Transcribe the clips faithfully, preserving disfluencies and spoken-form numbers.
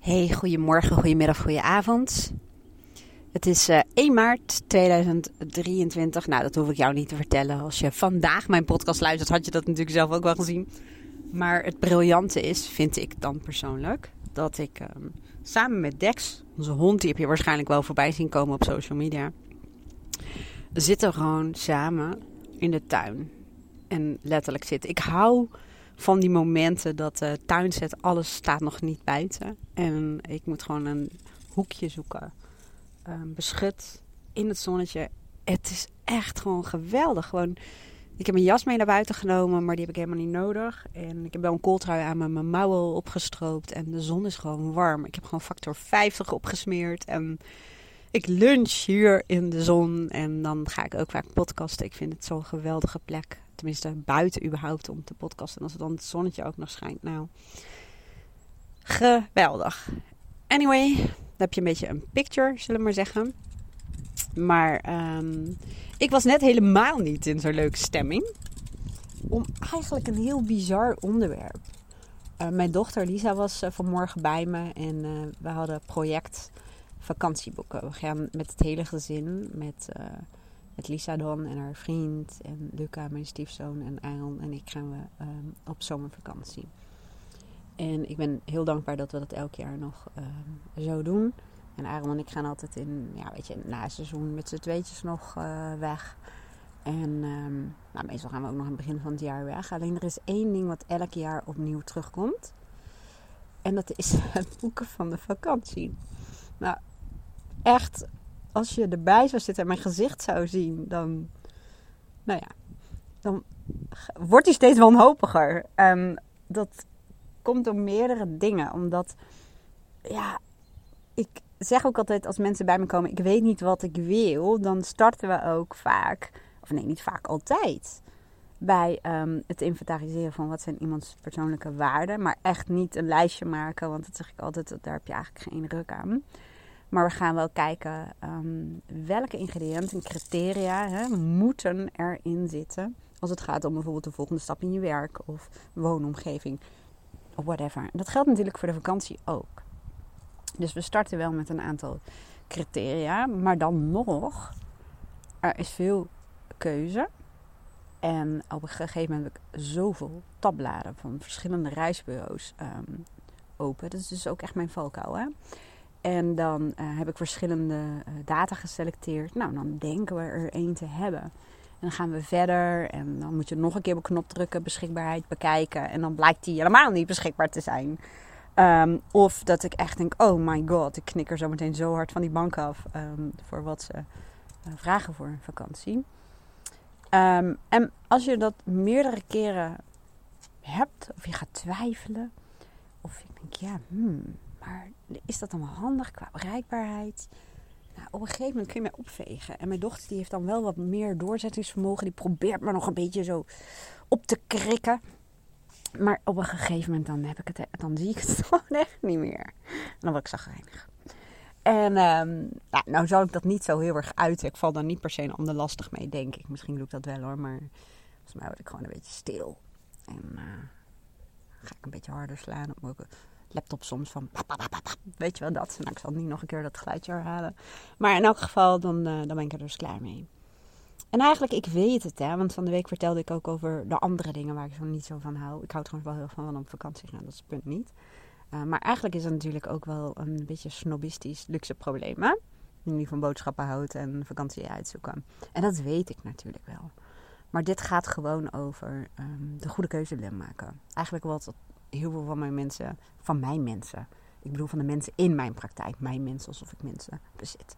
Hey, goedemorgen, goedemiddag, goedenavond. Het is uh, één maart tweeduizend drieëntwintig. Nou, dat hoef ik jou niet te vertellen. Als je vandaag mijn podcast luistert, had je dat natuurlijk zelf ook wel gezien. Maar het briljante is, vind ik dan persoonlijk, dat ik um, samen met Dex, onze hond, die heb je waarschijnlijk wel voorbij zien komen op social media, zitten gewoon samen in de tuin. En letterlijk zitten. Ik hou van die momenten dat de tuinset, alles staat nog niet buiten. En ik moet gewoon een hoekje zoeken. Um, beschut in het zonnetje. Het is echt gewoon geweldig. Gewoon, ik heb mijn jas mee naar buiten genomen, maar die heb ik helemaal niet nodig. En ik heb wel een kooltrui aan met mijn mouwen opgestroopt. En de zon is gewoon warm. Ik heb gewoon factor vijftig opgesmeerd. En ik lunch hier in de zon. En dan ga ik ook vaak podcasten. Ik vind het zo'n geweldige plek. Tenminste, buiten überhaupt om te podcasten. En als het dan het zonnetje ook nog schijnt. Nou, geweldig. Anyway, dan heb je een beetje een picture, zullen we maar zeggen. Maar um, ik was net helemaal niet in zo'n leuke stemming. Om eigenlijk een heel bizar onderwerp. Uh, mijn dochter Lisa was uh, vanmorgen bij me. En uh, we hadden project vakantieboeken. We gaan met het hele gezin, met... Uh, Met Lisa dan en haar vriend en Luca, mijn stiefzoon, en Aaron en ik gaan we um, op zomervakantie. En ik ben heel dankbaar dat we dat elk jaar nog um, zo doen. En Aaron en ik gaan altijd in, ja, weet je, na het seizoen met z'n tweetjes nog uh, weg. En um, nou, meestal gaan we ook nog aan het begin van het jaar weg. Alleen er is één ding wat elk jaar opnieuw terugkomt. En dat is het boeken van de vakantie. Nou, echt... Als je erbij zou zitten en mijn gezicht zou zien, dan, nou ja, dan wordt hij steeds wanhopiger. Um, dat komt door meerdere dingen. Omdat, ja, ik zeg ook altijd als mensen bij me komen, ik weet niet wat ik wil. Dan starten we ook vaak, of nee, niet vaak, altijd, bij um, het inventariseren van wat zijn iemands persoonlijke waarden. Maar echt niet een lijstje maken, want dat zeg ik altijd, daar heb je eigenlijk geen ruk aan. Maar we gaan wel kijken um, welke ingrediënten en criteria hè, moeten erin zitten. Als het gaat om bijvoorbeeld de volgende stap in je werk of woonomgeving of whatever. En dat geldt natuurlijk voor de vakantie ook. Dus we starten wel met een aantal criteria. Maar dan nog, er is veel keuze. En op een gegeven moment heb ik zoveel tabbladen van verschillende reisbureaus um, open. Dat is dus ook echt mijn valkuil, hè. En dan uh, heb ik verschillende uh, data geselecteerd. Nou, dan denken we er één te hebben. En dan gaan we verder. En dan moet je nog een keer op een knop drukken. Beschikbaarheid bekijken. En dan blijkt die helemaal niet beschikbaar te zijn. Um, of dat ik echt denk, oh my god. Ik knik er zo meteen zo hard van die bank af. Um, voor wat ze uh, vragen voor een vakantie. Um, en als je dat meerdere keren hebt. Of je gaat twijfelen. Of je denkt, ja, hmm... Maar is dat allemaal handig qua bereikbaarheid? Nou, op een gegeven moment kun je mij opvegen. En mijn dochter die heeft dan wel wat meer doorzettingsvermogen. Die probeert me nog een beetje zo op te krikken. Maar op een gegeven moment dan, heb ik het, dan zie ik het gewoon echt niet meer. En dan word ik zagrijnig. En um, nou, nou zou ik dat niet zo heel erg uiten. Ik val dan niet per se een ander lastig mee, denk ik. Misschien doe ik dat wel hoor. Maar volgens mij word ik gewoon een beetje stil. En uh, ga ik een beetje harder slaan op mijn laptop soms van pap, pap, pap, weet je wel dat. Nou, ik zal niet nog een keer dat geluidje herhalen. Maar in elk geval, dan, uh, dan ben ik er dus klaar mee. En eigenlijk, ik weet het, hè. Want van de week vertelde ik ook over de andere dingen waar ik zo niet zo van hou. Ik hou trouwens wel heel erg van van op vakantie gaan, dat is het punt niet. Uh, maar eigenlijk is het natuurlijk ook wel een beetje snobistisch luxe probleem, hè. Die van boodschappen houdt en vakantie uitzoeken. En dat weet ik natuurlijk wel. Maar dit gaat gewoon over um, de goede keuze maken. Eigenlijk wat heel veel van mijn mensen, van mijn mensen. Ik bedoel van de mensen in mijn praktijk. Mijn mensen, alsof ik mensen bezit.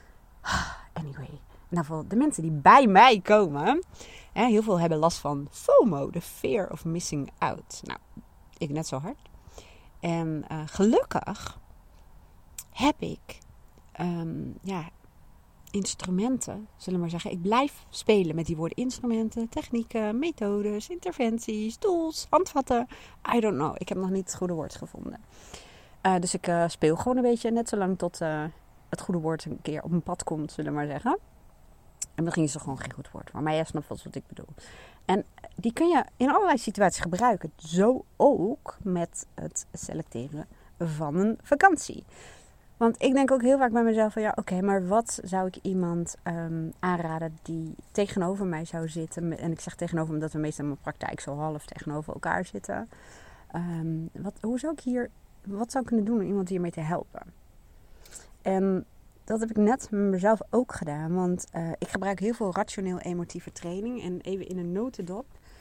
Anyway. Nou, de mensen die bij mij komen. Hè, heel veel hebben last van FOMO. De fear of missing out. Nou, ik net zo hard. En uh, gelukkig heb ik um, ja, instrumenten, zullen we maar zeggen. Ik blijf spelen met die woorden instrumenten, technieken, methodes, interventies, tools, handvatten. I don't know. Ik heb nog niet het goede woord gevonden. Uh, dus ik uh, speel gewoon een beetje net zolang tot uh, het goede woord een keer op mijn pad komt, zullen we maar zeggen. En misschien is het gewoon geen goed woord, maar jij snapt wel wat ik bedoel. En die kun je in allerlei situaties gebruiken. Zo ook met het selecteren van een vakantie. Want ik denk ook heel vaak bij mezelf van ja, oké, okay, maar wat zou ik iemand um, aanraden die tegenover mij zou zitten? En ik zeg tegenover omdat we meestal in mijn praktijk zo half tegenover elkaar zitten. Um, wat, hoe zou ik hier, wat zou ik kunnen doen om iemand hiermee te helpen? En dat heb ik net met mezelf ook gedaan. Want uh, ik gebruik heel veel rationeel-emotieve training. En even in een notendop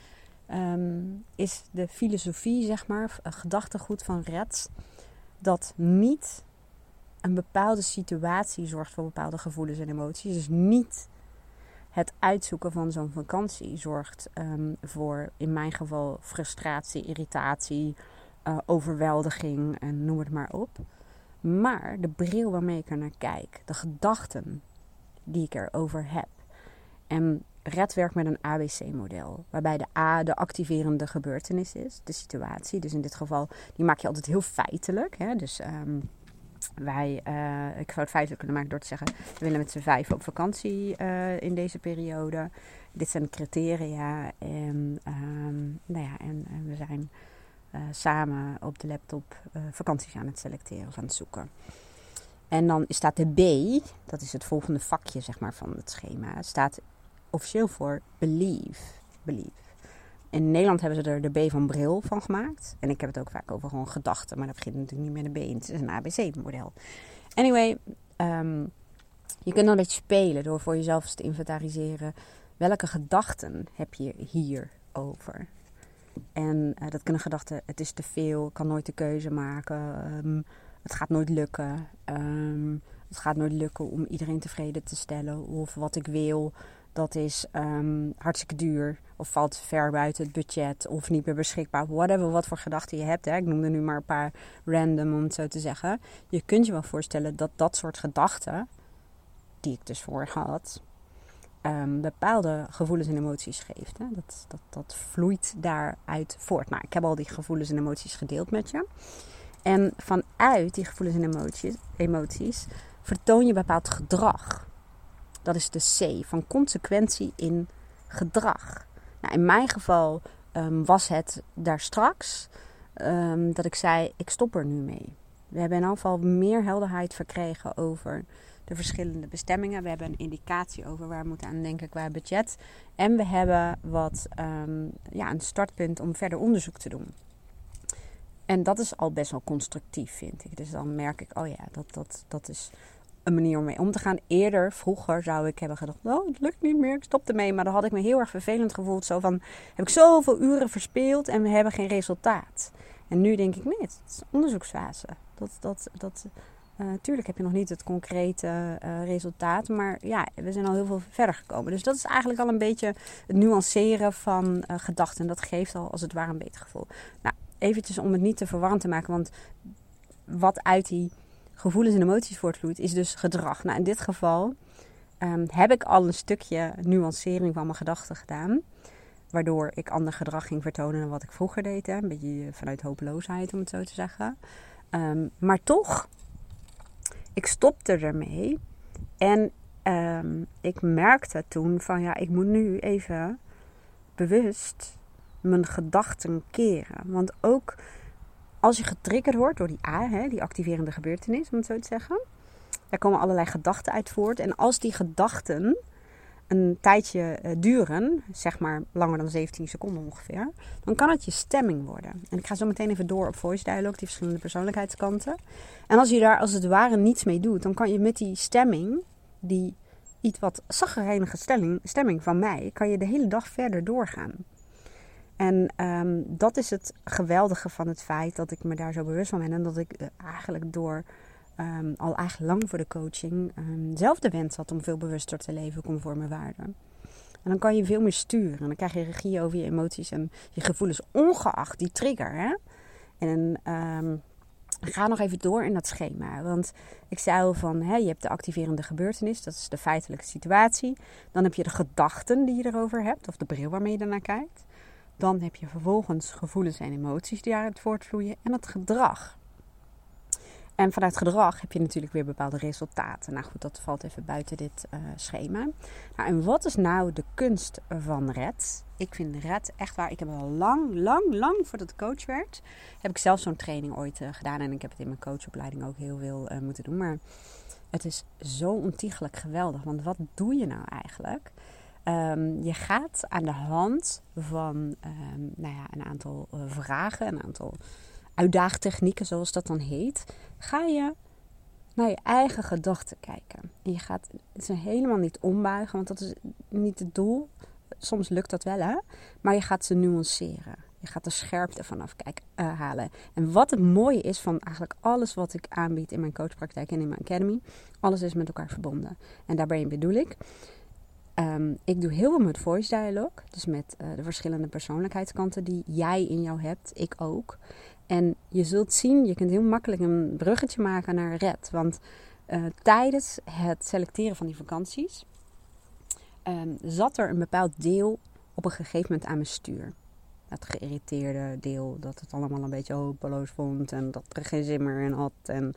um, is de filosofie, zeg maar, een gedachtegoed van Reds, dat niet een bepaalde situatie zorgt voor bepaalde gevoelens en emoties. Dus niet het uitzoeken van zo'n vakantie zorgt um, voor, in mijn geval, frustratie, irritatie, uh, overweldiging en noem het maar op. Maar de bril waarmee ik er naar kijk, de gedachten die ik erover heb. En Red werkt met een A B C-model, waarbij de A de activerende gebeurtenis is, de situatie. Dus in dit geval, die maak je altijd heel feitelijk. Hè? Dus um, wij, uh, ik zou het feitelijk kunnen maken door te zeggen, we willen met z'n vijf op vakantie uh, in deze periode. Dit zijn de criteria en, um, nou ja, en, en we zijn uh, samen op de laptop uh, vakanties aan het selecteren of aan het zoeken. En dan staat de B, dat is het volgende vakje zeg maar, van het schema, staat officieel voor believe. believe. In Nederland hebben ze er de B van bril van gemaakt. En ik heb het ook vaak over gewoon gedachten. Maar dat begint natuurlijk niet met een B. Het is een A B C-model. Anyway, um, je kunt dan een beetje spelen door voor jezelf eens te inventariseren. Welke gedachten heb je hierover? En uh, dat kunnen gedachten, het is te veel, ik kan nooit de keuze maken. Um, het gaat nooit lukken. Um, het gaat nooit lukken om iedereen tevreden te stellen. Of wat ik wil, dat is um, hartstikke duur. Of valt ver buiten het budget. Of niet meer beschikbaar. Whatever, wat voor gedachten je hebt. Hè. Ik noemde nu maar een paar random, om het zo te zeggen. Je kunt je wel voorstellen dat dat soort gedachten, die ik dus voor had, um, bepaalde gevoelens en emoties geeft. Hè. Dat, dat, dat vloeit daaruit voort. Nou, ik heb al die gevoelens en emoties gedeeld met je. En vanuit die gevoelens en emoties, emoties vertoon je bepaald gedrag. Dat is de C, van consequentie in gedrag. Nou, in mijn geval um, was het daar straks um, dat ik zei, ik stop er nu mee. We hebben in ieder geval meer helderheid verkregen over de verschillende bestemmingen. We hebben een indicatie over waar we moeten aan denken qua budget. En we hebben wat, um, ja, een startpunt om verder onderzoek te doen. En dat is al best wel constructief, vind ik. Dus dan merk ik, oh ja, dat, dat, dat is een manier om mee om te gaan. Eerder, vroeger zou ik hebben gedacht, oh, het lukt niet meer, ik stop ermee. Maar dan had ik me heel erg vervelend gevoeld. Zo van, heb ik zoveel uren verspeeld en we hebben geen resultaat. En nu denk ik, nee, het is een onderzoeksfase. Dat, dat, dat, uh, tuurlijk heb je nog niet het concrete uh, resultaat. Maar ja, we zijn al heel veel verder gekomen. Dus dat is eigenlijk al een beetje het nuanceren van uh, gedachten. Dat geeft al als het ware een beter gevoel. Nou, eventjes om het niet te verwarrend te maken. Want wat uit die gevoelens en emoties voortvloeit, is dus gedrag. Nou, in dit geval um, heb ik al een stukje nuancering van mijn gedachten gedaan. Waardoor ik ander gedrag ging vertonen dan wat ik vroeger deed. Hè? Een beetje vanuit hopeloosheid, om het zo te zeggen. Um, maar toch, ik stopte ermee. En um, ik merkte toen van, ja, ik moet nu even bewust mijn gedachten keren. Want ook als je getriggerd wordt door die A, hè, die activerende gebeurtenis, om het zo te zeggen. Daar komen allerlei gedachten uit voort. En als die gedachten een tijdje uh, duren, zeg maar langer dan zeventien seconden ongeveer, dan kan het je stemming worden. En ik ga zo meteen even door op voice dialogue, die verschillende persoonlijkheidskanten. En als je daar als het ware niets mee doet, dan kan je met die stemming, die iets wat chagrijnige stemming, stemming van mij, kan je de hele dag verder doorgaan. En um, dat is het geweldige van het feit dat ik me daar zo bewust van ben. En dat ik uh, eigenlijk door um, al eigenlijk lang voor de coaching um, zelf de wens had om veel bewuster te leven conform mijn waarden. En dan kan je veel meer sturen. En dan krijg je regie over je emoties en je gevoelens, ongeacht die trigger. Hè? En um, ga nog even door in dat schema. Want ik zei al van, hè, je hebt de activerende gebeurtenis. Dat is de feitelijke situatie. Dan heb je de gedachten die je erover hebt. Of de bril waarmee je ernaar kijkt. Dan heb je vervolgens gevoelens en emoties die daaruit voortvloeien. En het gedrag. En vanuit gedrag heb je natuurlijk weer bepaalde resultaten. Nou goed, dat valt even buiten dit uh, schema. Nou, en wat is nou de kunst van Red? Ik vind Red echt waar. Ik heb al lang, lang, lang voordat ik coach werd, heb ik zelf zo'n training ooit uh, gedaan. En ik heb het in mijn coachopleiding ook heel veel uh, moeten doen. Maar het is zo ontiegelijk geweldig. Want wat doe je nou eigenlijk? Um, je gaat aan de hand van um, nou ja, een aantal uh, vragen, een aantal uitdaagtechnieken, zoals dat dan heet, ga je naar je eigen gedachten kijken. En je gaat het helemaal niet ombuigen, want dat is niet het doel. Soms lukt dat wel, hè? Maar je gaat ze nuanceren. Je gaat de scherpte vanaf kijken, uh, halen. En wat het mooie is van eigenlijk alles wat ik aanbied in mijn coachpraktijk en in mijn academy, alles is met elkaar verbonden. En daarbij bedoel ik, Um, ik doe heel veel met voice dialogue. Dus met uh, de verschillende persoonlijkheidskanten die jij in jou hebt. Ik ook. En je zult zien, je kunt heel makkelijk een bruggetje maken naar Red. Want uh, tijdens het selecteren van die vakanties um, zat er een bepaald deel op een gegeven moment aan mijn stuur. Het geïrriteerde deel, dat het allemaal een beetje hopeloos vond. En dat er geen zin meer in had. En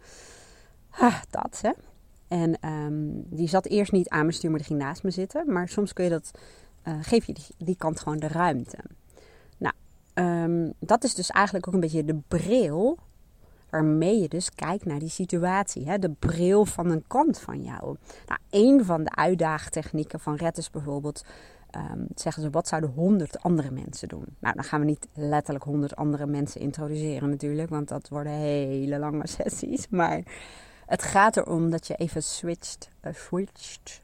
ah, dat, hè. En um, die zat eerst niet aan mijn stuur, maar die ging naast me zitten. Maar soms kun je dat, uh, geef je die, die kant gewoon de ruimte. Nou, um, dat is dus eigenlijk ook een beetje de bril waarmee je dus kijkt naar die situatie. Hè? De bril van een kant van jou. Nou, een van de uitdaagtechnieken van Red is bijvoorbeeld, um, zeggen ze, wat zouden honderd andere mensen doen? Nou, dan gaan we niet letterlijk honderd andere mensen introduceren natuurlijk, want dat worden hele lange sessies. Maar het gaat erom dat je even switcht, uh, switcht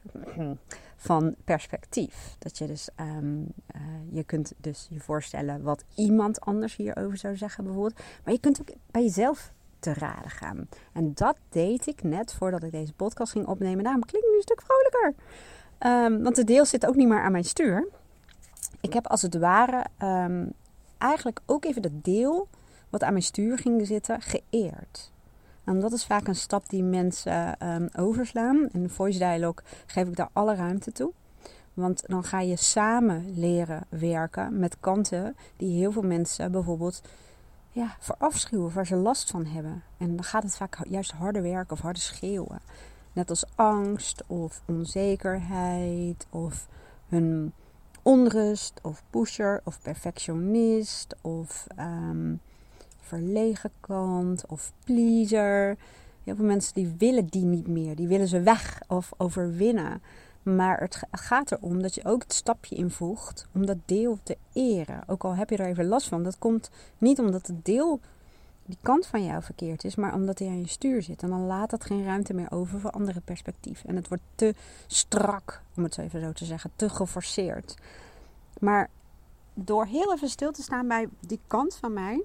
van perspectief. Dat je dus, um, uh, je kunt dus je voorstellen wat iemand anders hierover zou zeggen bijvoorbeeld. Maar je kunt ook bij jezelf te raden gaan. En dat deed ik net voordat ik deze podcast ging opnemen. Daarom klinkt nu een stuk vrolijker. Um, want de deel zit ook niet meer aan mijn stuur. Ik heb als het ware um, eigenlijk ook even dat deel wat aan mijn stuur ging zitten geëerd. En dat is vaak een stap die mensen um, overslaan. In voice dialogue geef ik daar alle ruimte toe. Want dan ga je samen leren werken met kanten die heel veel mensen bijvoorbeeld ja, verafschuwen, waar ze last van hebben. En dan gaat het vaak juist harder werken of harder schreeuwen. Net als angst of onzekerheid of hun onrust of pusher of perfectionist of Um, verlegen kant of pleaser. Heel veel mensen die willen die niet meer. Die willen ze weg of overwinnen. Maar het gaat erom dat je ook het stapje invoegt om dat deel te eren. Ook al heb je er even last van. Dat komt niet omdat het deel, die kant van jou verkeerd is, maar omdat hij aan je stuur zit. En dan laat het geen ruimte meer over voor andere perspectieven. En het wordt te strak, om het zo even zo te zeggen. Te geforceerd. Maar door heel even stil te staan bij die kant van mij,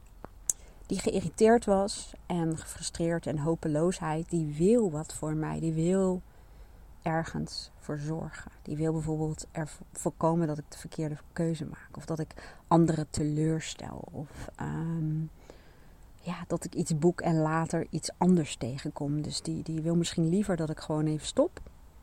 die geïrriteerd was en gefrustreerd en hopeloosheid, die wil wat voor mij. Die wil ergens voor zorgen. Die wil bijvoorbeeld er voorkomen dat ik de verkeerde keuze maak. Of dat ik anderen teleurstel. Of um, ja, dat ik iets boek en later iets anders tegenkom. Dus die, die wil misschien liever dat ik gewoon even stop.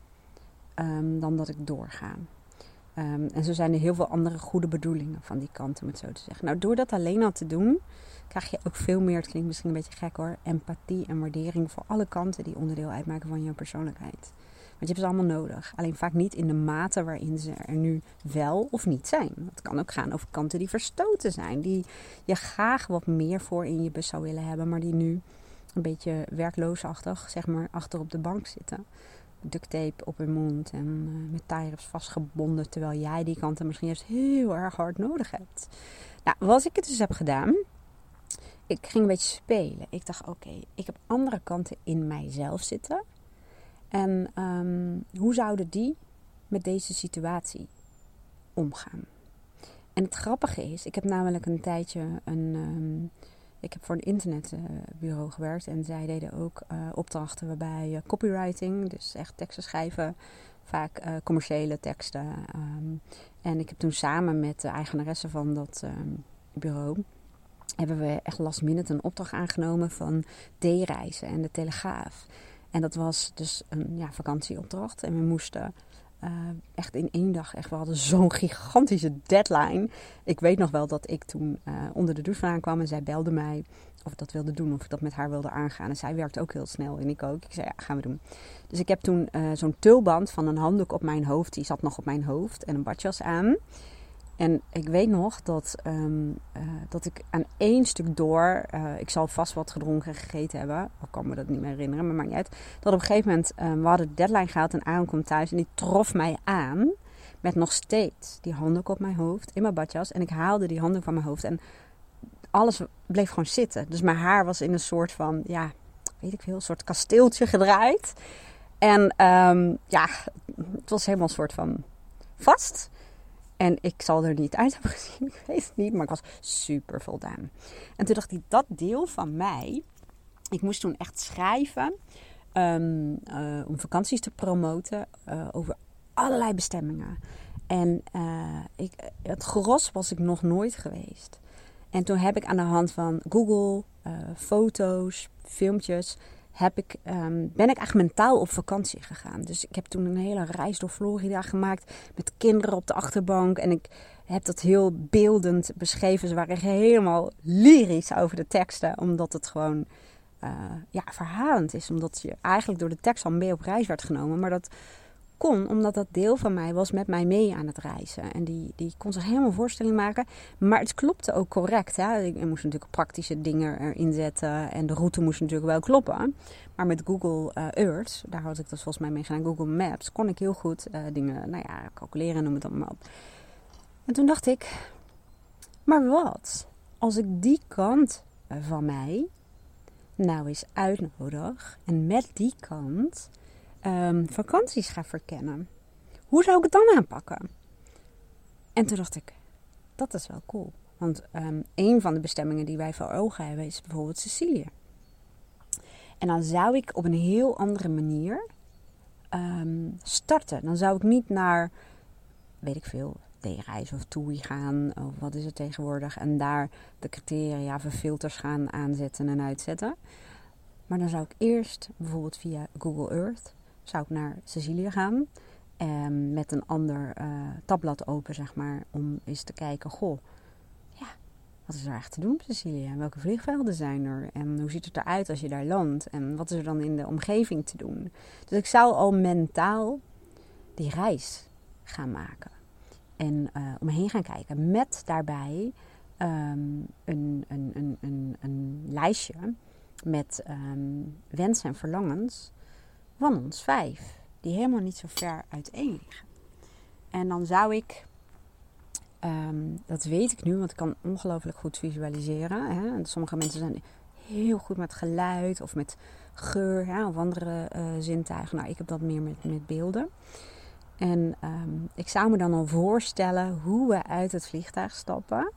Um, dan dat ik doorga. Um, en zo zijn er heel veel andere goede bedoelingen van die kant, om het zo te zeggen. Nou, door dat alleen al te doen, krijg je ook veel meer, het klinkt misschien een beetje gek hoor, empathie en waardering voor alle kanten die onderdeel uitmaken van jouw persoonlijkheid. Want je hebt ze allemaal nodig. Alleen vaak niet in de mate waarin ze er nu wel of niet zijn. Het kan ook gaan over kanten die verstoten zijn. Die je graag wat meer voor in je bus zou willen hebben, maar die nu een beetje werkloosachtig, zeg maar, achter op de bank zitten. Duct tape op hun mond en uh, met tie-ups vastgebonden, terwijl jij die kanten misschien juist heel erg hard nodig hebt. Nou, wat ik het dus heb gedaan, ik ging een beetje spelen. Ik dacht, oké, okay, ik heb andere kanten in mijzelf zitten. En um, hoe zouden die met deze situatie omgaan? En het grappige is, ik heb namelijk een tijdje een, um, ik heb voor een internetbureau gewerkt en zij deden ook uh, opdrachten waarbij uh, copywriting, dus echt teksten schrijven, vaak uh, commerciële teksten. Um, en ik heb toen samen met de eigenaresse van dat um, bureau, hebben we echt last minute een opdracht aangenomen van D-reizen en de Telegraaf. En dat was dus een ja, vakantieopdracht. En we moesten uh, echt in één dag, echt, we hadden zo'n gigantische deadline. Ik weet nog wel dat ik toen uh, onder de douche vandaan kwam en zij belde mij of ik dat wilde doen, of ik dat met haar wilde aangaan. En zij werkte ook heel snel en ik ook. Ik zei, ja, gaan we doen. Dus ik heb toen uh, zo'n tulband van een handdoek op mijn hoofd. Die zat nog op mijn hoofd en een badjas aan. En ik weet nog dat, um, uh, dat ik aan één stuk door, uh, ik zal vast wat gedronken en gegeten hebben, al kan me dat niet meer herinneren, maar maakt niet uit, dat op een gegeven moment, um, we hadden de deadline gehaald en Aaron komt thuis en die trof mij aan met nog steeds die handdoek op mijn hoofd in mijn badjas. En ik haalde die handdoek van mijn hoofd en alles bleef gewoon zitten. Dus mijn haar was in een soort van, ja, weet ik veel, een soort kasteeltje gedraaid. En um, ja, het was helemaal een soort van vast. En ik zal er niet uit hebben gezien, ik weet het niet, maar ik was super voldaan. En toen dacht ik, dat deel van mij, ik moest toen echt schrijven um, uh, om vakanties te promoten uh, over allerlei bestemmingen. En uh, ik, het gros was ik nog nooit geweest. En toen heb ik aan de hand van Google, uh, foto's, filmpjes, heb ik, um, ben ik eigenlijk mentaal op vakantie gegaan. Dus ik heb toen een hele reis door Florida gemaakt met kinderen op de achterbank. En ik heb dat heel beeldend beschreven. Ze waren helemaal lyrisch over de teksten, omdat het gewoon uh, ja, verhalend is. Omdat je eigenlijk door de tekst al mee op reis werd genomen. Maar dat kon, omdat dat deel van mij was met mij mee aan het reizen. En die, die kon zich helemaal een voorstelling maken. Maar het klopte ook correct. Hè? Ik moest natuurlijk praktische dingen erin zetten. En de route moest natuurlijk wel kloppen. Maar met Google uh, Earth, daar had ik dat volgens mij mee gedaan, Google Maps, kon ik heel goed uh, dingen, nou ja, calculeren, noem het allemaal op. En toen dacht ik, maar wat als ik die kant van mij nou eens uitnodig en met die kant Um, vakanties ga verkennen. Hoe zou ik het dan aanpakken? En toen dacht ik, dat is wel cool. Want um, een van de bestemmingen die wij voor ogen hebben is bijvoorbeeld Sicilië. En dan zou ik op een heel andere manier um, starten. Dan zou ik niet naar, weet ik veel, D-reis of TUI gaan. Of wat is het tegenwoordig. En daar de criteria voor filters gaan aanzetten en uitzetten. Maar dan zou ik eerst bijvoorbeeld via Google Earth zou ik naar Sicilië gaan. Um, met een ander uh, tabblad open, zeg maar. Om eens te kijken, goh, ja, wat is er eigenlijk te doen op Sicilië? En welke vliegvelden zijn er? En hoe ziet het eruit als je daar landt? En wat is er dan in de omgeving te doen? Dus ik zou al mentaal die reis gaan maken. En uh, om me heen gaan kijken. Met daarbij um, een, een, een, een, een lijstje met um, wensen en verlangens van ons vijf, die helemaal niet zo ver uiteen liggen. En dan zou ik, um, dat weet ik nu, want ik kan ongelooflijk goed visualiseren. Hè? En sommige mensen zijn heel goed met geluid of met geur, ja, of andere uh, zintuigen. Nou, ik heb dat meer met, met beelden. En um, ik zou me dan al voorstellen hoe we uit het vliegtuig stappen.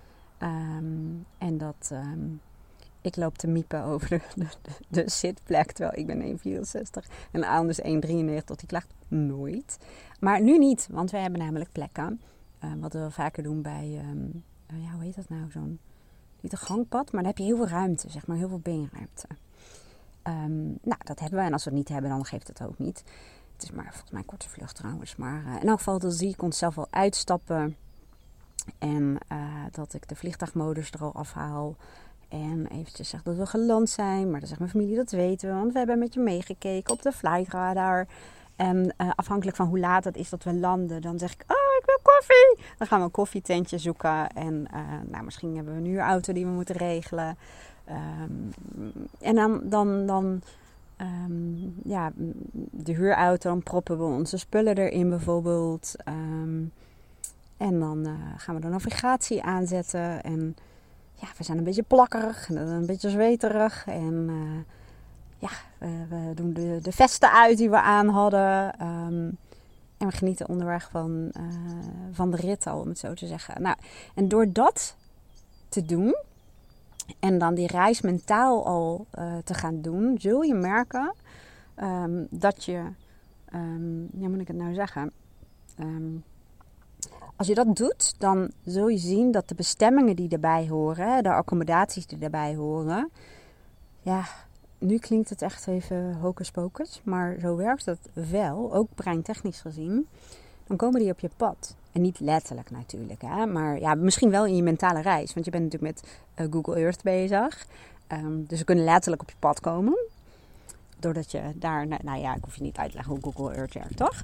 Um, en dat Um, Ik loop te miepen over de, de, de zitplek, terwijl ik ben één komma vierenzestig en Aaron is één komma drieënnegentig, die klaagt nooit. Maar nu niet, want wij hebben namelijk plekken, uh, wat we wel vaker doen bij, um, uh, ja, hoe heet dat nou, zo'n, niet een gangpad, maar dan heb je heel veel ruimte, zeg maar, heel veel beenruimte. Um, nou, dat hebben we en als we het niet hebben, dan geeft het ook niet. Het is maar volgens mij een korte vlucht trouwens, maar uh, in elk geval, dan zie ik ons zelf wel uitstappen en uh, dat ik de vliegtuigmodus er al afhaal. En eventjes zeg dat we geland zijn. Maar dan zegt mijn familie, dat weten we. Want we hebben met je meegekeken op de flightradar. En uh, afhankelijk van hoe laat het is dat we landen. Dan zeg ik, oh, ik wil koffie. Dan gaan we een koffietentje zoeken. En uh, nou, misschien hebben we een huurauto die we moeten regelen. Um, en dan, dan, dan um, ja, de huurauto. Dan proppen we onze spullen erin bijvoorbeeld. Um, en dan uh, gaan we de navigatie aanzetten. En ja, we zijn een beetje plakkerig, een beetje zweterig. En uh, ja, we, we doen de, de vesten uit die we aan hadden. Um, en we genieten onderweg van, uh, van de rit al, om het zo te zeggen. Nou, en door dat te doen en dan die reis mentaal al uh, te gaan doen, zul je merken um, dat je, um, ja, moet ik het nou zeggen... Um, Als je dat doet, dan zul je zien dat de bestemmingen die erbij horen, de accommodaties die erbij horen, ja, nu klinkt het echt even hocus pocus, maar zo werkt het wel, ook breintechnisch gezien. Dan komen die op je pad. En niet letterlijk natuurlijk, hè, maar ja, misschien wel in je mentale reis, want je bent natuurlijk met uh, Google Earth bezig. Um, dus ze kunnen letterlijk op je pad komen. Doordat je daar, nou, nou ja, ik hoef je niet uit te leggen hoe Google Earth werkt, toch?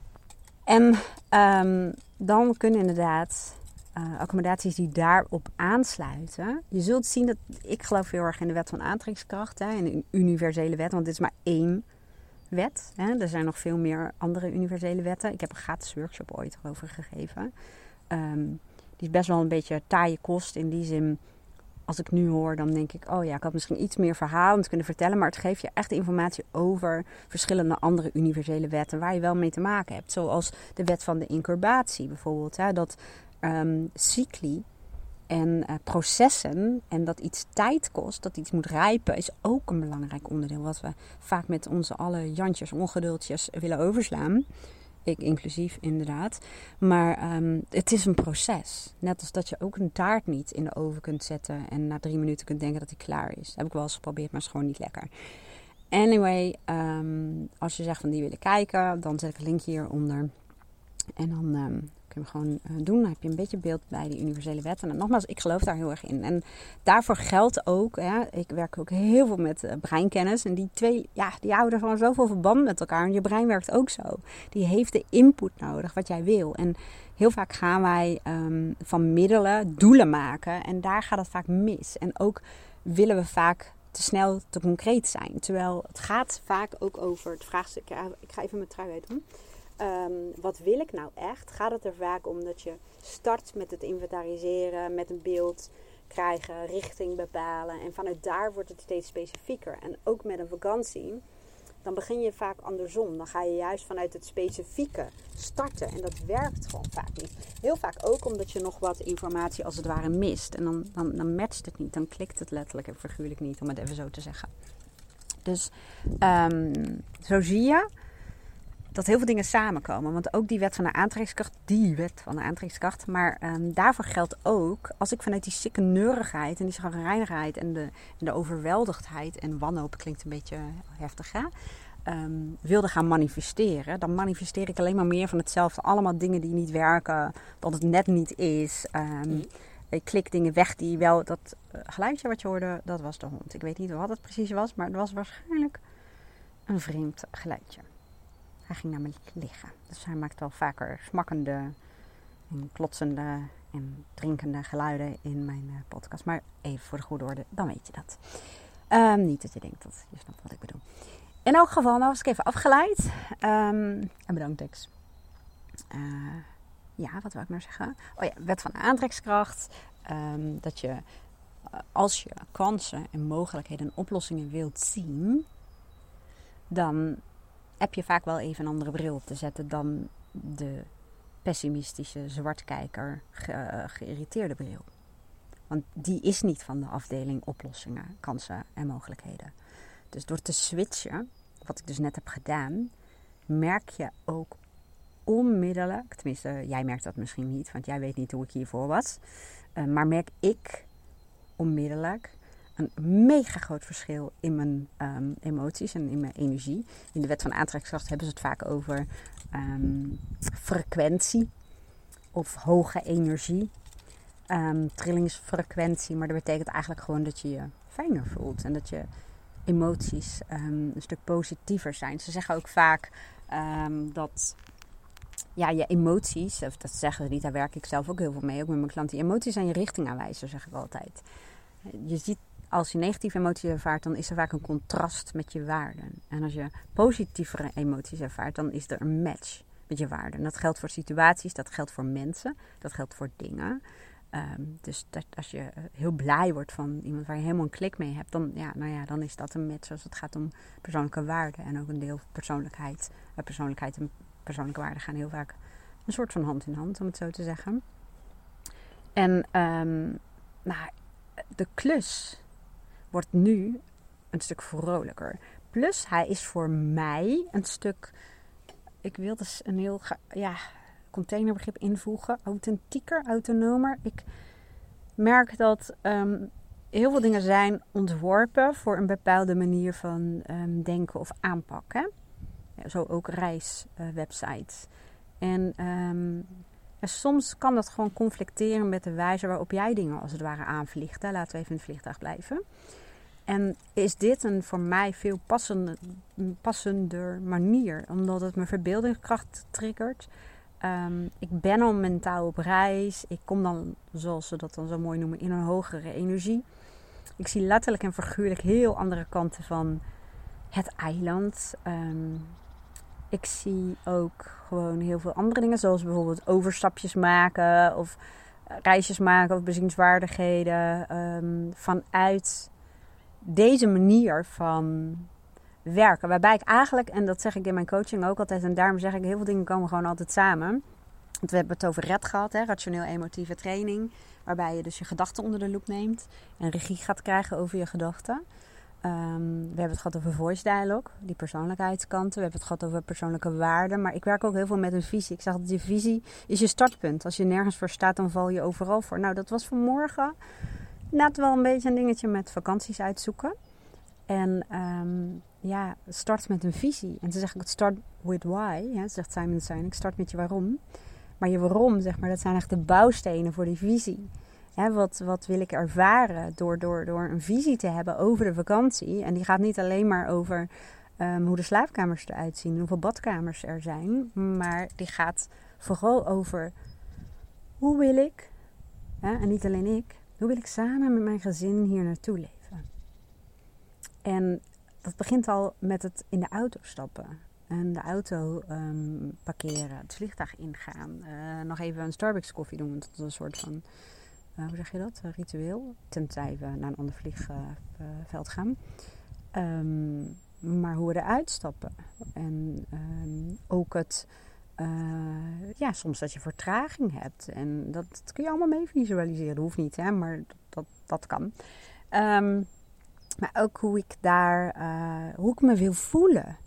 En um, dan kunnen inderdaad uh, accommodaties die daarop aansluiten. Je zult zien dat, ik geloof heel erg in de wet van aantrekkingskracht. Hè, in een universele wet, want dit is maar één wet. Hè. Er zijn nog veel meer andere universele wetten. Ik heb een gratis workshop ooit over gegeven. Um, die is best wel een beetje taaie kost. In die zin, als ik nu hoor, dan denk ik, oh ja, ik had misschien iets meer verhaal te kunnen vertellen. Maar het geeft je echt informatie over verschillende andere universele wetten waar je wel mee te maken hebt. Zoals de wet van de incubatie bijvoorbeeld. Hè, dat um, cycli en uh, processen en dat iets tijd kost, dat iets moet rijpen, is ook een belangrijk onderdeel. Wat we vaak met onze alle jantjes, ongeduldjes willen overslaan. Ik inclusief, inderdaad. Maar um, het is een proces. Net als dat je ook een taart niet in de oven kunt zetten en na drie minuten kunt denken dat hij klaar is. Dat heb ik wel eens geprobeerd, maar is gewoon niet lekker. Anyway, um, als je zegt van die willen kijken, dan zet ik een linkje hieronder. En dan um, kun je hem gewoon uh, doen. Dan heb je een beetje beeld bij die universele wetten. En nogmaals, ik geloof daar heel erg in. En daarvoor geldt ook, hè, ik werk ook heel veel met uh, breinkennis. En die twee, ja, die houden gewoon zoveel verband met elkaar. En je brein werkt ook zo. Die heeft de input nodig, wat jij wil. En heel vaak gaan wij um, van middelen doelen maken. En daar gaat het vaak mis. En ook willen we vaak te snel te concreet zijn. Terwijl het gaat vaak ook over het vraagstuk. Ja, ik ga even mijn trui uit doen. Um, wat wil ik nou echt? Gaat het er vaak om dat je start met het inventariseren, met een beeld krijgen, richting bepalen. En vanuit daar wordt het steeds specifieker. En ook met een vakantie, dan begin je vaak andersom. Dan ga je juist vanuit het specifieke starten. En dat werkt gewoon vaak niet. Heel vaak ook omdat je nog wat informatie als het ware mist. En dan, dan, dan matcht het niet. Dan klikt het letterlijk en figuurlijk niet, om het even zo te zeggen. Dus um, zo zie je dat heel veel dingen samenkomen. Want ook die wet van de aantrekkingskracht, die wet van de aantrekkingskracht, maar um, daarvoor geldt ook, als ik vanuit die sikke neurigheid en die chagrijnigheid en de, en de overweldigdheid en wanhoop, klinkt een beetje heftig, hè? Um, wilde gaan manifesteren, dan manifesteer ik alleen maar meer van hetzelfde. Allemaal dingen die niet werken, dat het net niet is. Um, ik klik dingen weg die wel, dat uh, geluidje wat je hoorde, dat was de hond. Ik weet niet wat het precies was, maar het was waarschijnlijk een vreemd geluidje. Hij ging naar me liggen. Dus hij maakt wel vaker smakkende en klotsende en drinkende geluiden in mijn uh, podcast. Maar even voor de goede orde, dan weet je dat. Um, niet dat je denkt dat je snapt wat ik bedoel. In elk geval, nou was ik even afgeleid. Um, en bedankt, Dex. Uh, ja, wat wil ik nou zeggen? Oh ja, wet van aantrekkingskracht. Um, dat je, uh, als je kansen en mogelijkheden en oplossingen wilt zien, dan heb je vaak wel even een andere bril op te zetten dan de pessimistische, zwartkijker, ge- geïrriteerde bril. Want die is niet van de afdeling oplossingen, kansen en mogelijkheden. Dus door te switchen, wat ik dus net heb gedaan, merk je ook onmiddellijk, tenminste jij merkt dat misschien niet, want jij weet niet hoe ik hiervoor was, uh, maar merk ik onmiddellijk een mega groot verschil in mijn um, emoties en in mijn energie. In de wet van aantrekkingskracht hebben ze het vaak over um, frequentie of hoge energie. Um, trillingsfrequentie, maar dat betekent eigenlijk gewoon dat je je fijner voelt. En dat je emoties um, een stuk positiever zijn. Ze zeggen ook vaak um, dat ja, je emoties, of dat zeggen ze niet, daar werk ik zelf ook heel veel mee, ook met mijn klanten. Die emoties zijn je richtingaanwijzer, zeg ik altijd. Je ziet, als je negatieve emoties ervaart, dan is er vaak een contrast met je waarden. En als je positievere emoties ervaart, dan is er een match met je waarden. En dat geldt voor situaties, dat geldt voor mensen, dat geldt voor dingen. Um, dus dat als je heel blij wordt van iemand waar je helemaal een klik mee hebt, dan, ja, nou ja, dan is dat een match als het gaat om persoonlijke waarden. En ook een deel persoonlijkheid. Uh, persoonlijkheid en persoonlijke waarden gaan heel vaak een soort van hand in hand, om het zo te zeggen. En um, nou, de klus wordt nu een stuk vrolijker. Plus, hij is voor mij een stuk, ik wil dus een heel, ja, containerbegrip invoegen. Authentieker, autonomer. Ik merk dat um, heel veel dingen zijn ontworpen voor een bepaalde manier van um, denken of aanpakken. Ja, zo ook reiswebsites. Uh, en um, ja, soms kan dat gewoon conflicteren met de wijze waarop jij dingen als het ware aanvliegt. Hè. Laten we even in het vliegtuig blijven. En is dit een voor mij veel passende, passender manier. Omdat het mijn verbeeldingskracht triggert. Um, ik ben al mentaal op reis. Ik kom dan, zoals ze dat dan zo mooi noemen, in een hogere energie. Ik zie letterlijk en figuurlijk heel andere kanten van het eiland. Um, ik zie ook gewoon heel veel andere dingen. Zoals bijvoorbeeld overstapjes maken. Of reisjes maken of bezienswaardigheden. Um, vanuit deze manier van werken. Waarbij ik eigenlijk, en dat zeg ik in mijn coaching ook altijd. En daarom zeg ik, heel veel dingen komen gewoon altijd samen. Want we hebben het over R E D gehad. Hè, rationeel-emotieve training. Waarbij je dus je gedachten onder de loep neemt. En regie gaat krijgen over je gedachten. Um, we hebben het gehad over voice dialogue, die persoonlijkheidskanten. We hebben het gehad over persoonlijke waarden. Maar ik werk ook heel veel met een visie. Ik zeg dat je visie is je startpunt. Als je nergens voor staat, dan val je overal voor. Nou, dat was vanmorgen net wel een beetje een dingetje met vakanties uitzoeken. En um, ja, start met een visie. En toen zeg ik, start with why. Ja, zegt Simon Sinek, start met je waarom. Maar je waarom, zeg maar, dat zijn echt de bouwstenen voor die visie. Hè, wat, wat wil ik ervaren door, door, door een visie te hebben over de vakantie? En die gaat niet alleen maar over um, hoe de slaapkamers eruit zien, hoeveel badkamers er zijn. Maar die gaat vooral over hoe wil ik, hè, en niet alleen ik, hoe wil ik samen met mijn gezin hier naartoe leven? En dat begint al met het in de auto stappen. En de auto um, parkeren, het vliegtuig ingaan. Uh, nog even een Starbucks koffie doen, want dat is een soort van... Uh, hoe zeg je dat? Een ritueel. Tenzij we naar een ander vliegveld uh, gaan. Um, maar hoe we eruit stappen. En um, ook het... Uh, ja, soms dat je vertraging hebt. En dat, dat kun je allemaal mee visualiseren. Hoeft niet, hè. Maar dat, dat, dat kan. Um, maar ook hoe ik daar... Uh, hoe ik me wil voelen.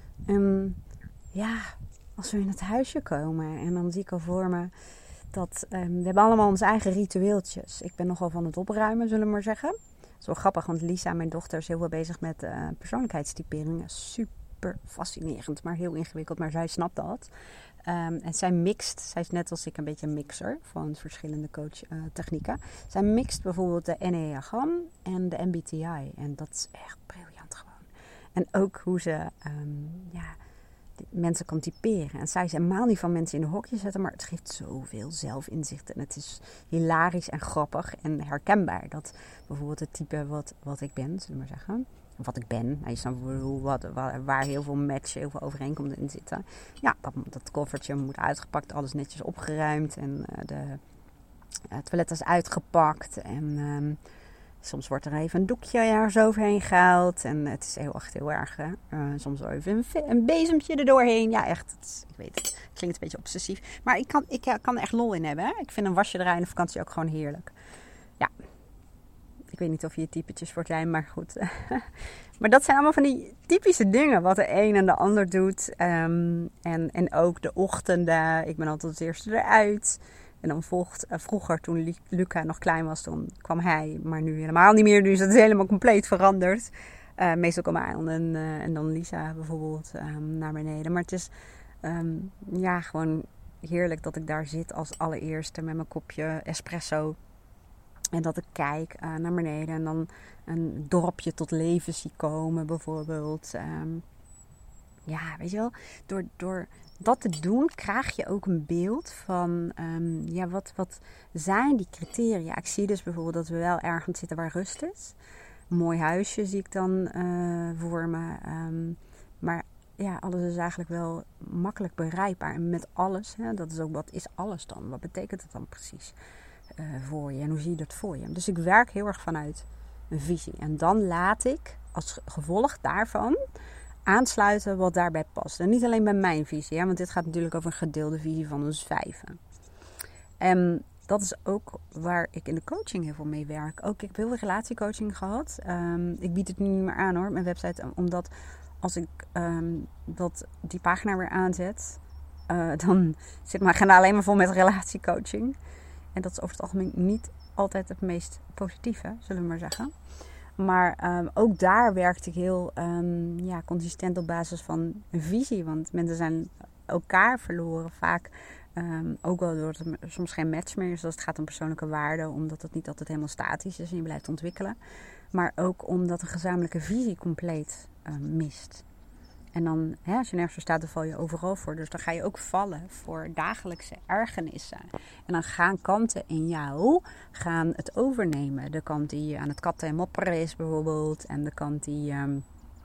En ja, als we in het huisje komen. En dan zie ik al voor me... Dat, um, we hebben allemaal onze eigen ritueeltjes. Ik ben nogal van het opruimen, zullen we maar zeggen. Dat is wel grappig, want Lisa, mijn dochter, is heel veel bezig met uh, persoonlijkheidstypering. Super fascinerend, maar heel ingewikkeld. Maar zij snapt dat. Um, en zij mixt, zij is net als ik een beetje een mixer van verschillende coachtechnieken. Uh, zij mixt bijvoorbeeld de Enneagram en de M B T I. En dat is echt briljant gewoon. En ook hoe ze... Um, ja, mensen kan typeren. En zij is helemaal niet van mensen in de hokje zetten, maar het geeft zoveel zelfinzicht. En het is hilarisch en grappig en herkenbaar. Dat bijvoorbeeld het type wat, wat ik ben, zullen we maar zeggen. Wat ik ben. Nou, je snapt wat, waar, waar heel veel matchen, heel veel overeenkomsten in zitten. Ja, dat, dat koffertje moet uitgepakt, alles netjes opgeruimd. En uh, de het toilet is uitgepakt. En um, soms wordt er even een doekje ergens overheen gehaald. En het is heel, echt heel erg. Hè? Uh, soms wel even een, een bezemtje erdoorheen. Ja, echt. Het is, ik weet het. Het klinkt een beetje obsessief. Maar ik kan, ik kan er echt lol in hebben. Hè? Ik vind een wasje draaien in de vakantie ook gewoon heerlijk. Ja. Ik weet niet of je typetjes voor zijn, maar goed. Maar dat zijn allemaal van die typische dingen. Wat de een en de ander doet. Um, en, en ook de ochtenden. Ik ben altijd als eerste eruit. En dan volgt, uh, vroeger toen Luca nog klein was, toen kwam hij. Maar nu helemaal niet meer. Dus dat is helemaal compleet veranderd. Uh, meestal kwam hij en, uh, en dan Lisa bijvoorbeeld um, naar beneden. Maar het is um, ja, gewoon heerlijk dat ik daar zit als allereerste met mijn kopje espresso. En dat ik kijk uh, naar beneden en dan een dorpje tot leven zie komen bijvoorbeeld. Um, ja, weet je wel, door... door dat te doen, krijg je ook een beeld van, um, ja, wat, wat zijn die criteria? Ik zie dus bijvoorbeeld dat we wel ergens zitten waar rust is. Een mooi huisje zie ik dan uh, voor me. Um, maar ja, alles is eigenlijk wel makkelijk bereikbaar. En met alles, hè, dat is ook, wat is alles dan? Wat betekent het dan precies uh, voor je? En hoe zie je dat voor je? Dus ik werk heel erg vanuit een visie. En dan laat ik als gevolg daarvan aansluiten wat daarbij past. En niet alleen bij mijn visie, hè, want dit gaat natuurlijk over een gedeelde visie van ons vijven. En dat is ook waar ik in de coaching heel veel mee werk. Ook ik heb heel veel relatiecoaching gehad. Um, ik bied het nu niet meer aan hoor, mijn website. Omdat als ik um, dat, die pagina weer aanzet, uh, dan zit mijn agenda alleen maar vol met relatiecoaching. En dat is over het algemeen niet altijd het meest positieve, zullen we maar zeggen. Maar um, ook daar werkte ik heel um, ja, consistent op basis van een visie. Want mensen zijn elkaar verloren vaak. Um, ook wel doordat er soms geen match meer is als het gaat om persoonlijke waarden. Omdat het niet altijd helemaal statisch is en je blijft ontwikkelen. Maar ook omdat de gezamenlijke visie compleet uh, mist. En dan, hè, als je nergens voor staat, dan val je overal voor. Dus dan ga je ook vallen voor dagelijkse ergernissen. En dan gaan kanten in jou gaan het overnemen. De kant die aan het katten en mopperen is bijvoorbeeld. En de kant die um,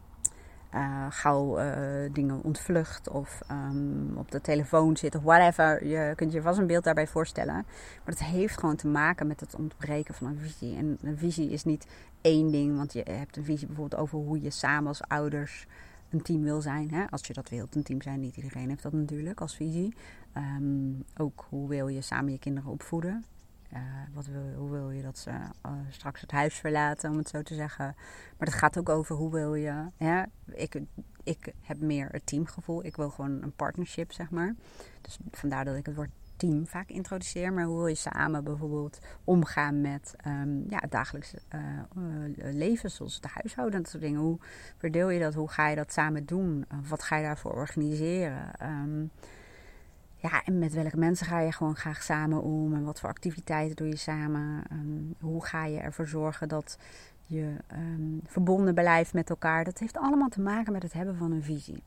uh, gauw uh, dingen ontvlucht. Of um, op de telefoon zit of whatever. Je kunt je vast een beeld daarbij voorstellen. Maar het heeft gewoon te maken met het ontbreken van een visie. En een visie is niet één ding. Want je hebt een visie bijvoorbeeld over hoe je samen als ouders een team wil zijn, hè? Als je dat wilt, een team zijn. Niet iedereen heeft dat natuurlijk als visie. Um, ook hoe wil je samen je kinderen opvoeden? Uh, wat wil, hoe wil je dat ze uh, straks het huis verlaten, om het zo te zeggen. Maar het gaat ook over hoe wil je... Hè? Ik, ik heb meer het teamgevoel. Ik wil gewoon een partnership, zeg maar. Dus vandaar dat ik het woord team vaak introduceer. Maar hoe wil je samen bijvoorbeeld omgaan met um, ja, het dagelijkse uh, uh, leven, zoals de huishouden en dat soort dingen. Hoe verdeel je dat? Hoe ga je dat samen doen? Uh, wat ga je daarvoor organiseren? Um, ja, en met welke mensen ga je gewoon graag samen om? En wat voor activiteiten doe je samen? Um, hoe ga je ervoor zorgen dat je um, verbonden blijft met elkaar? Dat heeft allemaal te maken met het hebben van een visie.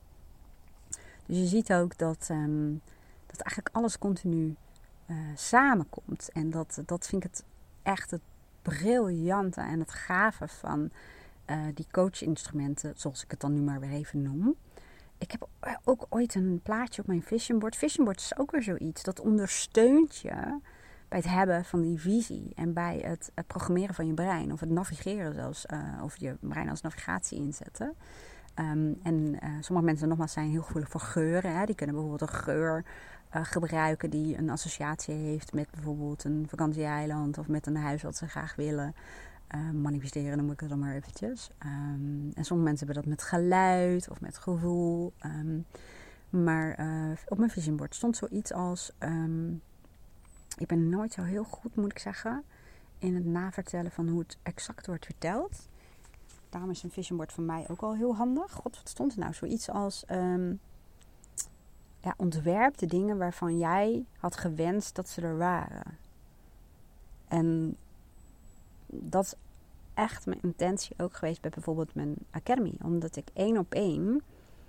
Dus je ziet ook dat... Um, dat eigenlijk alles continu uh, samenkomt. En dat, dat vind ik het echt het briljante en het gave van uh, die coachinstrumenten, zoals ik het dan nu maar weer even noem. Ik heb ook ooit een plaatje op mijn vision board. Vision board is ook weer zoiets. Dat ondersteunt je bij het hebben van die visie. En bij het, het programmeren van je brein. Of het navigeren zelfs. Uh, of je brein als navigatie inzetten. Um, en uh, sommige mensen nogmaals zijn heel gevoelig voor geuren. Hè. Die kunnen bijvoorbeeld een geur uh, gebruiken die een associatie heeft met bijvoorbeeld een vakantieeiland of met een huis wat ze graag willen. Uh, manifesteren noem ik het dan maar eventjes. Um, en sommige mensen hebben dat met geluid of met gevoel. Um, maar uh, op mijn vision board stond zoiets als... Um, ik ben nooit zo heel goed, moet ik zeggen, in het navertellen van hoe het exact wordt verteld. Daarom is een vision board van mij ook al heel handig. God, wat stond er nou? Zoiets als... Um, ja, ontwerp de dingen waarvan jij had gewenst dat ze er waren. En dat is echt mijn intentie ook geweest bij bijvoorbeeld mijn academy. Omdat ik één op één...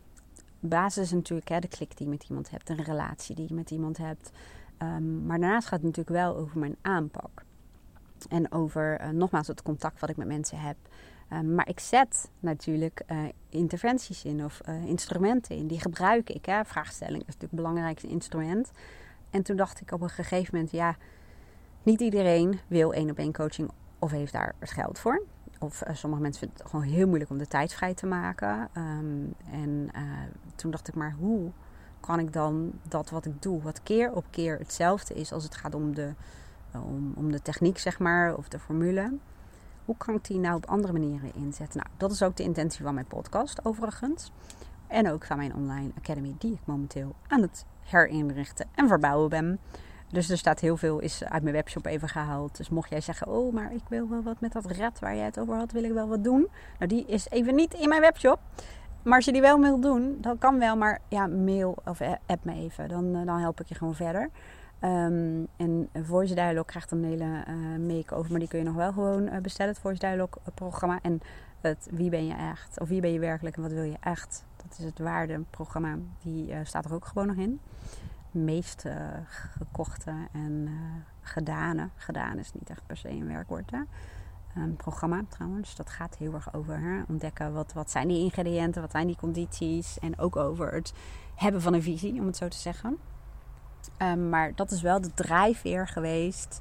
Basis is natuurlijk hè, de klik die je met iemand hebt. Een relatie die je met iemand hebt. Um, maar daarnaast gaat het natuurlijk wel over mijn aanpak. En over, uh, nogmaals, het contact wat ik met mensen heb. Um, maar ik zet natuurlijk uh, interventies in of uh, instrumenten in. Die gebruik ik. Hè. Vraagstelling is natuurlijk het belangrijkste instrument. En toen dacht ik op een gegeven moment... ja, niet iedereen wil één op één coaching of heeft daar het geld voor. Of uh, sommige mensen vinden het gewoon heel moeilijk om de tijd vrij te maken. Um, en uh, toen dacht ik maar, hoe kan ik dan dat wat ik doe... wat keer op keer hetzelfde is als het gaat om de, om, om de techniek, zeg maar, of de formule... Hoe kan ik die nou op andere manieren inzetten? Nou, dat is ook de intentie van mijn podcast overigens. En ook van mijn online academy die ik momenteel aan het herinrichten en verbouwen ben. Dus er staat heel veel is uit mijn webshop even gehaald. Dus mocht jij zeggen, oh, maar ik wil wel wat met dat rad waar jij het over had, wil ik wel wat doen. Nou, die is even niet in mijn webshop. Maar als je die wel wil doen, dan kan wel. Maar ja, mail of app me even. Dan, dan help ik je gewoon verder. Um, en Voice Dialogue krijgt een hele uh, make-over, maar die kun je nog wel gewoon uh, bestellen. Het Voice Dialogue programma en het Wie ben je echt, of wie ben je werkelijk en wat wil je echt. Dat is het waardeprogramma, die uh, staat er ook gewoon nog in. Meest uh, gekochte en uh, gedane, gedaan is niet echt per se een werkwoord, hè? Um, programma trouwens. Dat gaat heel erg over hè? ontdekken wat, wat zijn die ingrediënten, wat zijn die condities en ook over het hebben van een visie, om het zo te zeggen. Um, maar dat is wel de drijfveer geweest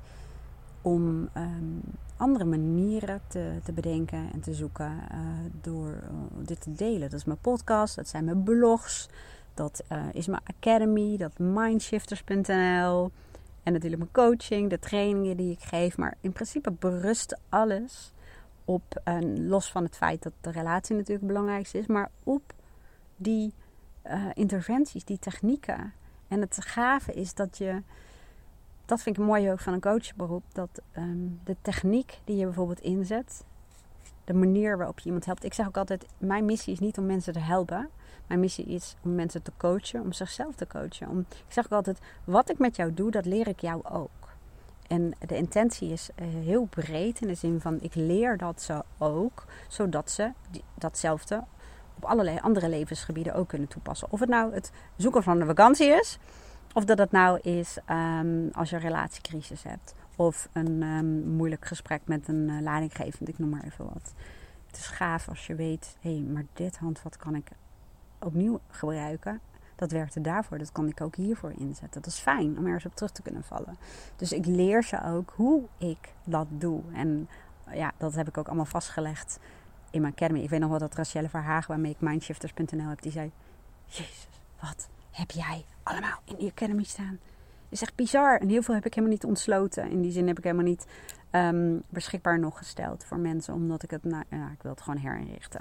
om um, andere manieren te, te bedenken en te zoeken uh, door uh, dit te delen. Dat is mijn podcast, dat zijn mijn blogs, dat uh, is mijn academy, dat mindshifters punt n l en natuurlijk mijn coaching, de trainingen die ik geef. Maar in principe berust alles op, uh, los van het feit dat de relatie natuurlijk het belangrijkste is, maar op die uh, interventies, die technieken. En het gave is dat je, dat vind ik mooi ook van een coachberoep, dat um, de techniek die je bijvoorbeeld inzet, de manier waarop je iemand helpt. Ik zeg ook altijd, mijn missie is niet om mensen te helpen. Mijn missie is om mensen te coachen, om zichzelf te coachen. Om, ik zeg ook altijd, wat ik met jou doe, dat leer ik jou ook. En de intentie is uh, heel breed in de zin van ik leer dat ze ook, zodat ze die, datzelfde op allerlei andere levensgebieden ook kunnen toepassen. Of het nou het zoeken van een vakantie is, of dat het nou is um, als je een relatiecrisis hebt. Of een um, moeilijk gesprek met een uh, leidinggevende, ik noem maar even wat. Het is gaaf als je weet, hé, hey, maar dit handvat kan ik opnieuw gebruiken. Dat werkte daarvoor, dat kan ik ook hiervoor inzetten. Dat is fijn om ergens op terug te kunnen vallen. Dus ik leer ze ook hoe ik dat doe. En ja, dat heb ik ook allemaal vastgelegd in mijn academy. Ik weet nog wel dat Rachelle Verhagen, waarmee ik mindshifters punt n l heb, die zei, Jezus, wat heb jij allemaal in die academy staan? Het is echt bizar. En heel veel heb ik helemaal niet ontsloten. In die zin heb ik helemaal niet um, beschikbaar nog gesteld voor mensen. Omdat ik het, nou, ja, ik wil het gewoon herinrichten.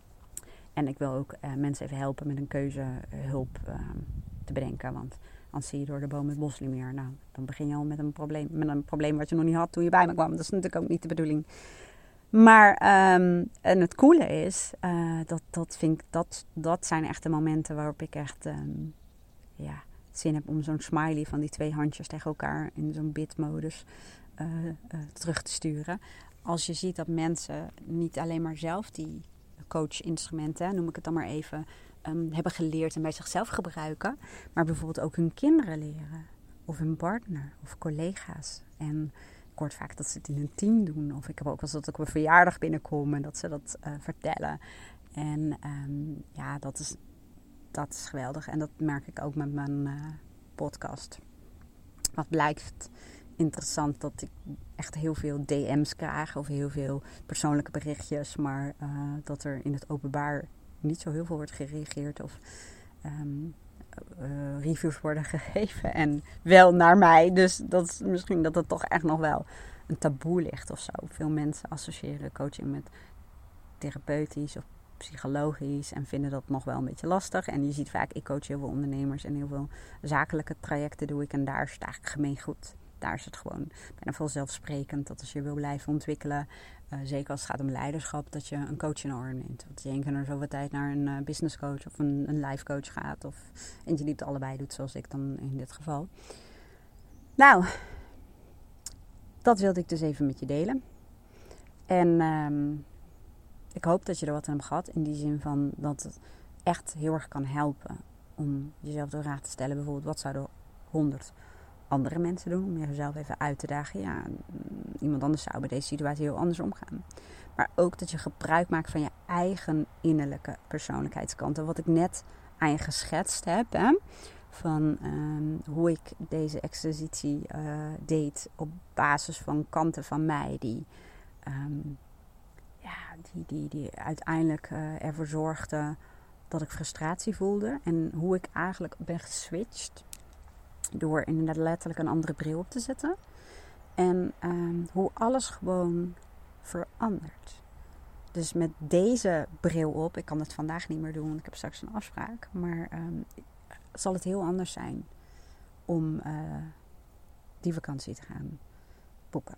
En ik wil ook uh, mensen even helpen met een keuzehulp uh, te bedenken. Want anders zie je door de boom het bos niet meer. Nou, dan begin je al met een probleem. Met een probleem wat je nog niet had toen je bij me kwam. Dat is natuurlijk ook niet de bedoeling. Maar um, en het coole is, uh, dat, dat, vind ik, dat, dat zijn echt de momenten waarop ik echt um, ja, zin heb om zo'n smiley van die twee handjes tegen elkaar in zo'n bidmodus uh, uh, terug te sturen. Als je ziet dat mensen niet alleen maar zelf die coach-instrumenten, noem ik het dan maar even, um, hebben geleerd en bij zichzelf gebruiken, maar bijvoorbeeld ook hun kinderen leren. Of hun partner, of collega's. En ik hoor vaak dat ze het in een team doen. Of ik heb ook wel eens dat ik op een verjaardag binnenkom en dat ze dat uh, vertellen. En um, ja, dat is, dat is geweldig. En dat merk ik ook met mijn uh, podcast. Wat blijkt interessant dat ik echt heel veel D M's krijg. Of heel veel persoonlijke berichtjes. Maar uh, dat er in het openbaar niet zo heel veel wordt gereageerd. Of um, uh, reviews worden gegeven. En wel naar mij. Dus dat is misschien dat het toch echt nog wel een taboe ligt of zo. Veel mensen associëren coaching met therapeutisch of psychologisch en vinden dat nog wel een beetje lastig. En je ziet vaak, ik coach heel veel ondernemers en heel veel zakelijke trajecten doe ik. En daar is het eigenlijk gemeengoed. Daar is het gewoon bijna vanzelfsprekend dat als je wil blijven ontwikkelen, uh, zeker als het gaat om leiderschap, dat je een coach in orde neemt. Dat je één keer naar zoveel tijd naar een uh, business coach of een, een life coach gaat. Of eentje die het allebei doet, zoals ik dan in dit geval. Nou, dat wilde ik dus even met je delen. En um, ik hoop dat je er wat aan hebt gehad. In die zin van dat het echt heel erg kan helpen om jezelf de vraag te stellen. Bijvoorbeeld, wat zouden honderd andere mensen doen? Om jezelf even uit te dagen. Ja, iemand anders zou bij deze situatie heel anders omgaan. Maar ook dat je gebruik maakt van je eigen innerlijke persoonlijkheidskanten. Wat ik net aan je geschetst heb. Hè? Van um, hoe ik deze exercitie uh, deed op basis van kanten van mij die... Um, Ja, die, die, die uiteindelijk uh, ervoor zorgde dat ik frustratie voelde. En hoe ik eigenlijk ben geswitcht door inderdaad letterlijk een andere bril op te zetten. En um, hoe alles gewoon verandert. Dus met deze bril op, ik kan het vandaag niet meer doen, want ik heb straks een afspraak. Maar um, zal het heel anders zijn om uh, die vakantie te gaan boeken.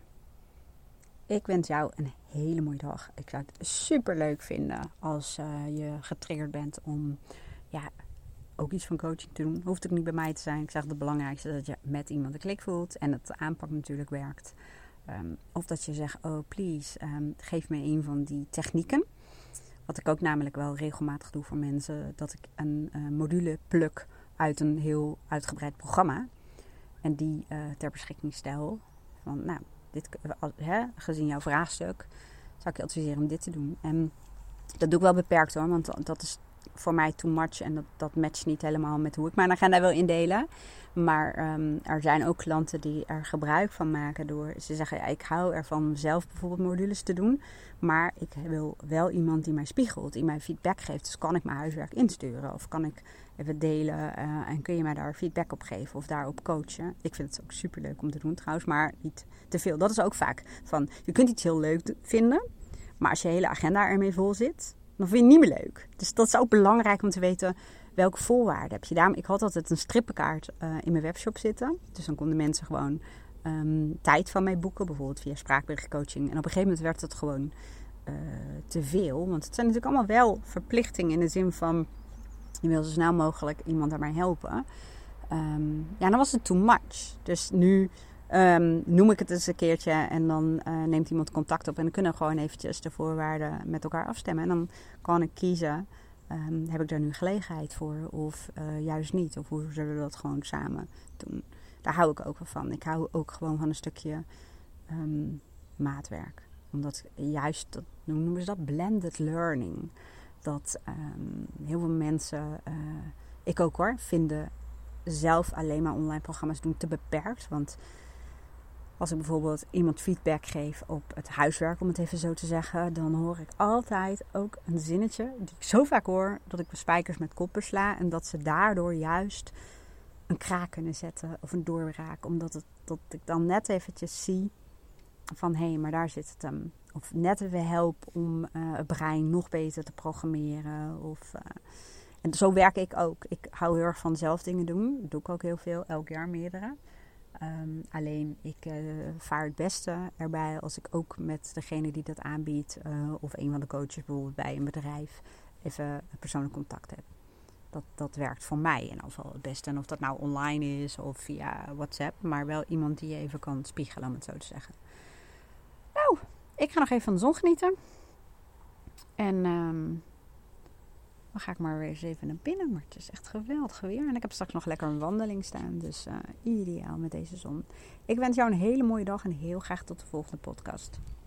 Ik wens jou een hele mooie dag. Ik zou het super leuk vinden als uh, je getriggerd bent om ja, ook iets van coaching te doen. Hoeft ook niet bij mij te zijn. Ik zeg het belangrijkste is dat je met iemand een klik voelt en dat de aanpak natuurlijk werkt. Um, of dat je zegt, oh please, um, geef me een van die technieken. Wat ik ook namelijk wel regelmatig doe voor mensen. Dat ik een uh, module pluk uit een heel uitgebreid programma. En die uh, ter beschikking stel. Van, nou, dit, hè, gezien jouw vraagstuk, zou ik je adviseren om dit te doen. En dat doe ik wel beperkt hoor, want dat is voor mij too much. En dat, dat matcht niet helemaal met hoe ik mijn agenda wil indelen. Maar um, er zijn ook klanten die er gebruik van maken door... Ze zeggen, ja, ik hou ervan om zelf bijvoorbeeld modules te doen. Maar ik wil wel iemand die mij spiegelt, die mij feedback geeft. Dus kan ik mijn huiswerk insturen? Of kan ik even delen uh, en kun je mij daar feedback op geven of daarop coachen? Ik vind het ook superleuk om te doen trouwens, maar niet te veel. Dat is ook vaak van, je kunt iets heel leuk vinden, maar als je hele agenda ermee vol zit, dan vind je het niet meer leuk. Dus dat is ook belangrijk om te weten welke voorwaarden heb je. Daarom, ik had altijd een strippenkaart uh, in mijn webshop zitten. Dus dan konden mensen gewoon um, tijd van mij boeken. Bijvoorbeeld via spraakberichtcoaching. En op een gegeven moment werd het gewoon uh, te veel. Want het zijn natuurlijk allemaal wel verplichtingen in de zin van... Je wil zo snel mogelijk iemand daarbij helpen. Um, ja, dan was het too much. Dus nu um, noem ik het eens een keertje en dan uh, neemt iemand contact op. En dan kunnen we gewoon eventjes de voorwaarden met elkaar afstemmen. En dan kan ik kiezen, um, heb ik daar nu gelegenheid voor of uh, juist niet? Of hoe zullen we dat gewoon samen doen? Daar hou ik ook wel van. Ik hou ook gewoon van een stukje um, maatwerk. Omdat juist, dat, hoe noemen ze dat? Blended learning. Dat um, heel veel mensen, uh, ik ook hoor, vinden zelf alleen maar online programma's doen te beperkt. Want als ik bijvoorbeeld iemand feedback geef op het huiswerk, om het even zo te zeggen, dan hoor ik altijd ook een zinnetje die ik zo vaak hoor, dat ik de spijkers met koppen sla. En dat ze daardoor juist een kraak kunnen zetten of een doorbraak. Omdat het, dat ik dan net eventjes zie van hé, hey, maar daar zit het hem. Of net even help om uh, het brein nog beter te programmeren. Of, uh, en zo werk ik ook. Ik hou heel erg van zelf dingen doen. Dat doe ik ook heel veel, elk jaar meerdere. Um, alleen ik uh, vaar het beste erbij als ik ook met degene die dat aanbiedt, uh, of een van de coaches bijvoorbeeld bij een bedrijf, even persoonlijk contact heb. Dat, dat werkt voor mij en als wel het beste. En of dat nou online is of via WhatsApp, maar wel iemand die je even kan spiegelen, om het zo te zeggen. Nou, ik ga nog even van de zon genieten. En um, dan ga ik maar weer eens even naar binnen. Maar het is echt geweldig weer. En ik heb straks nog lekker een wandeling staan. Dus uh, ideaal met deze zon. Ik wens jou een hele mooie dag en heel graag tot de volgende podcast.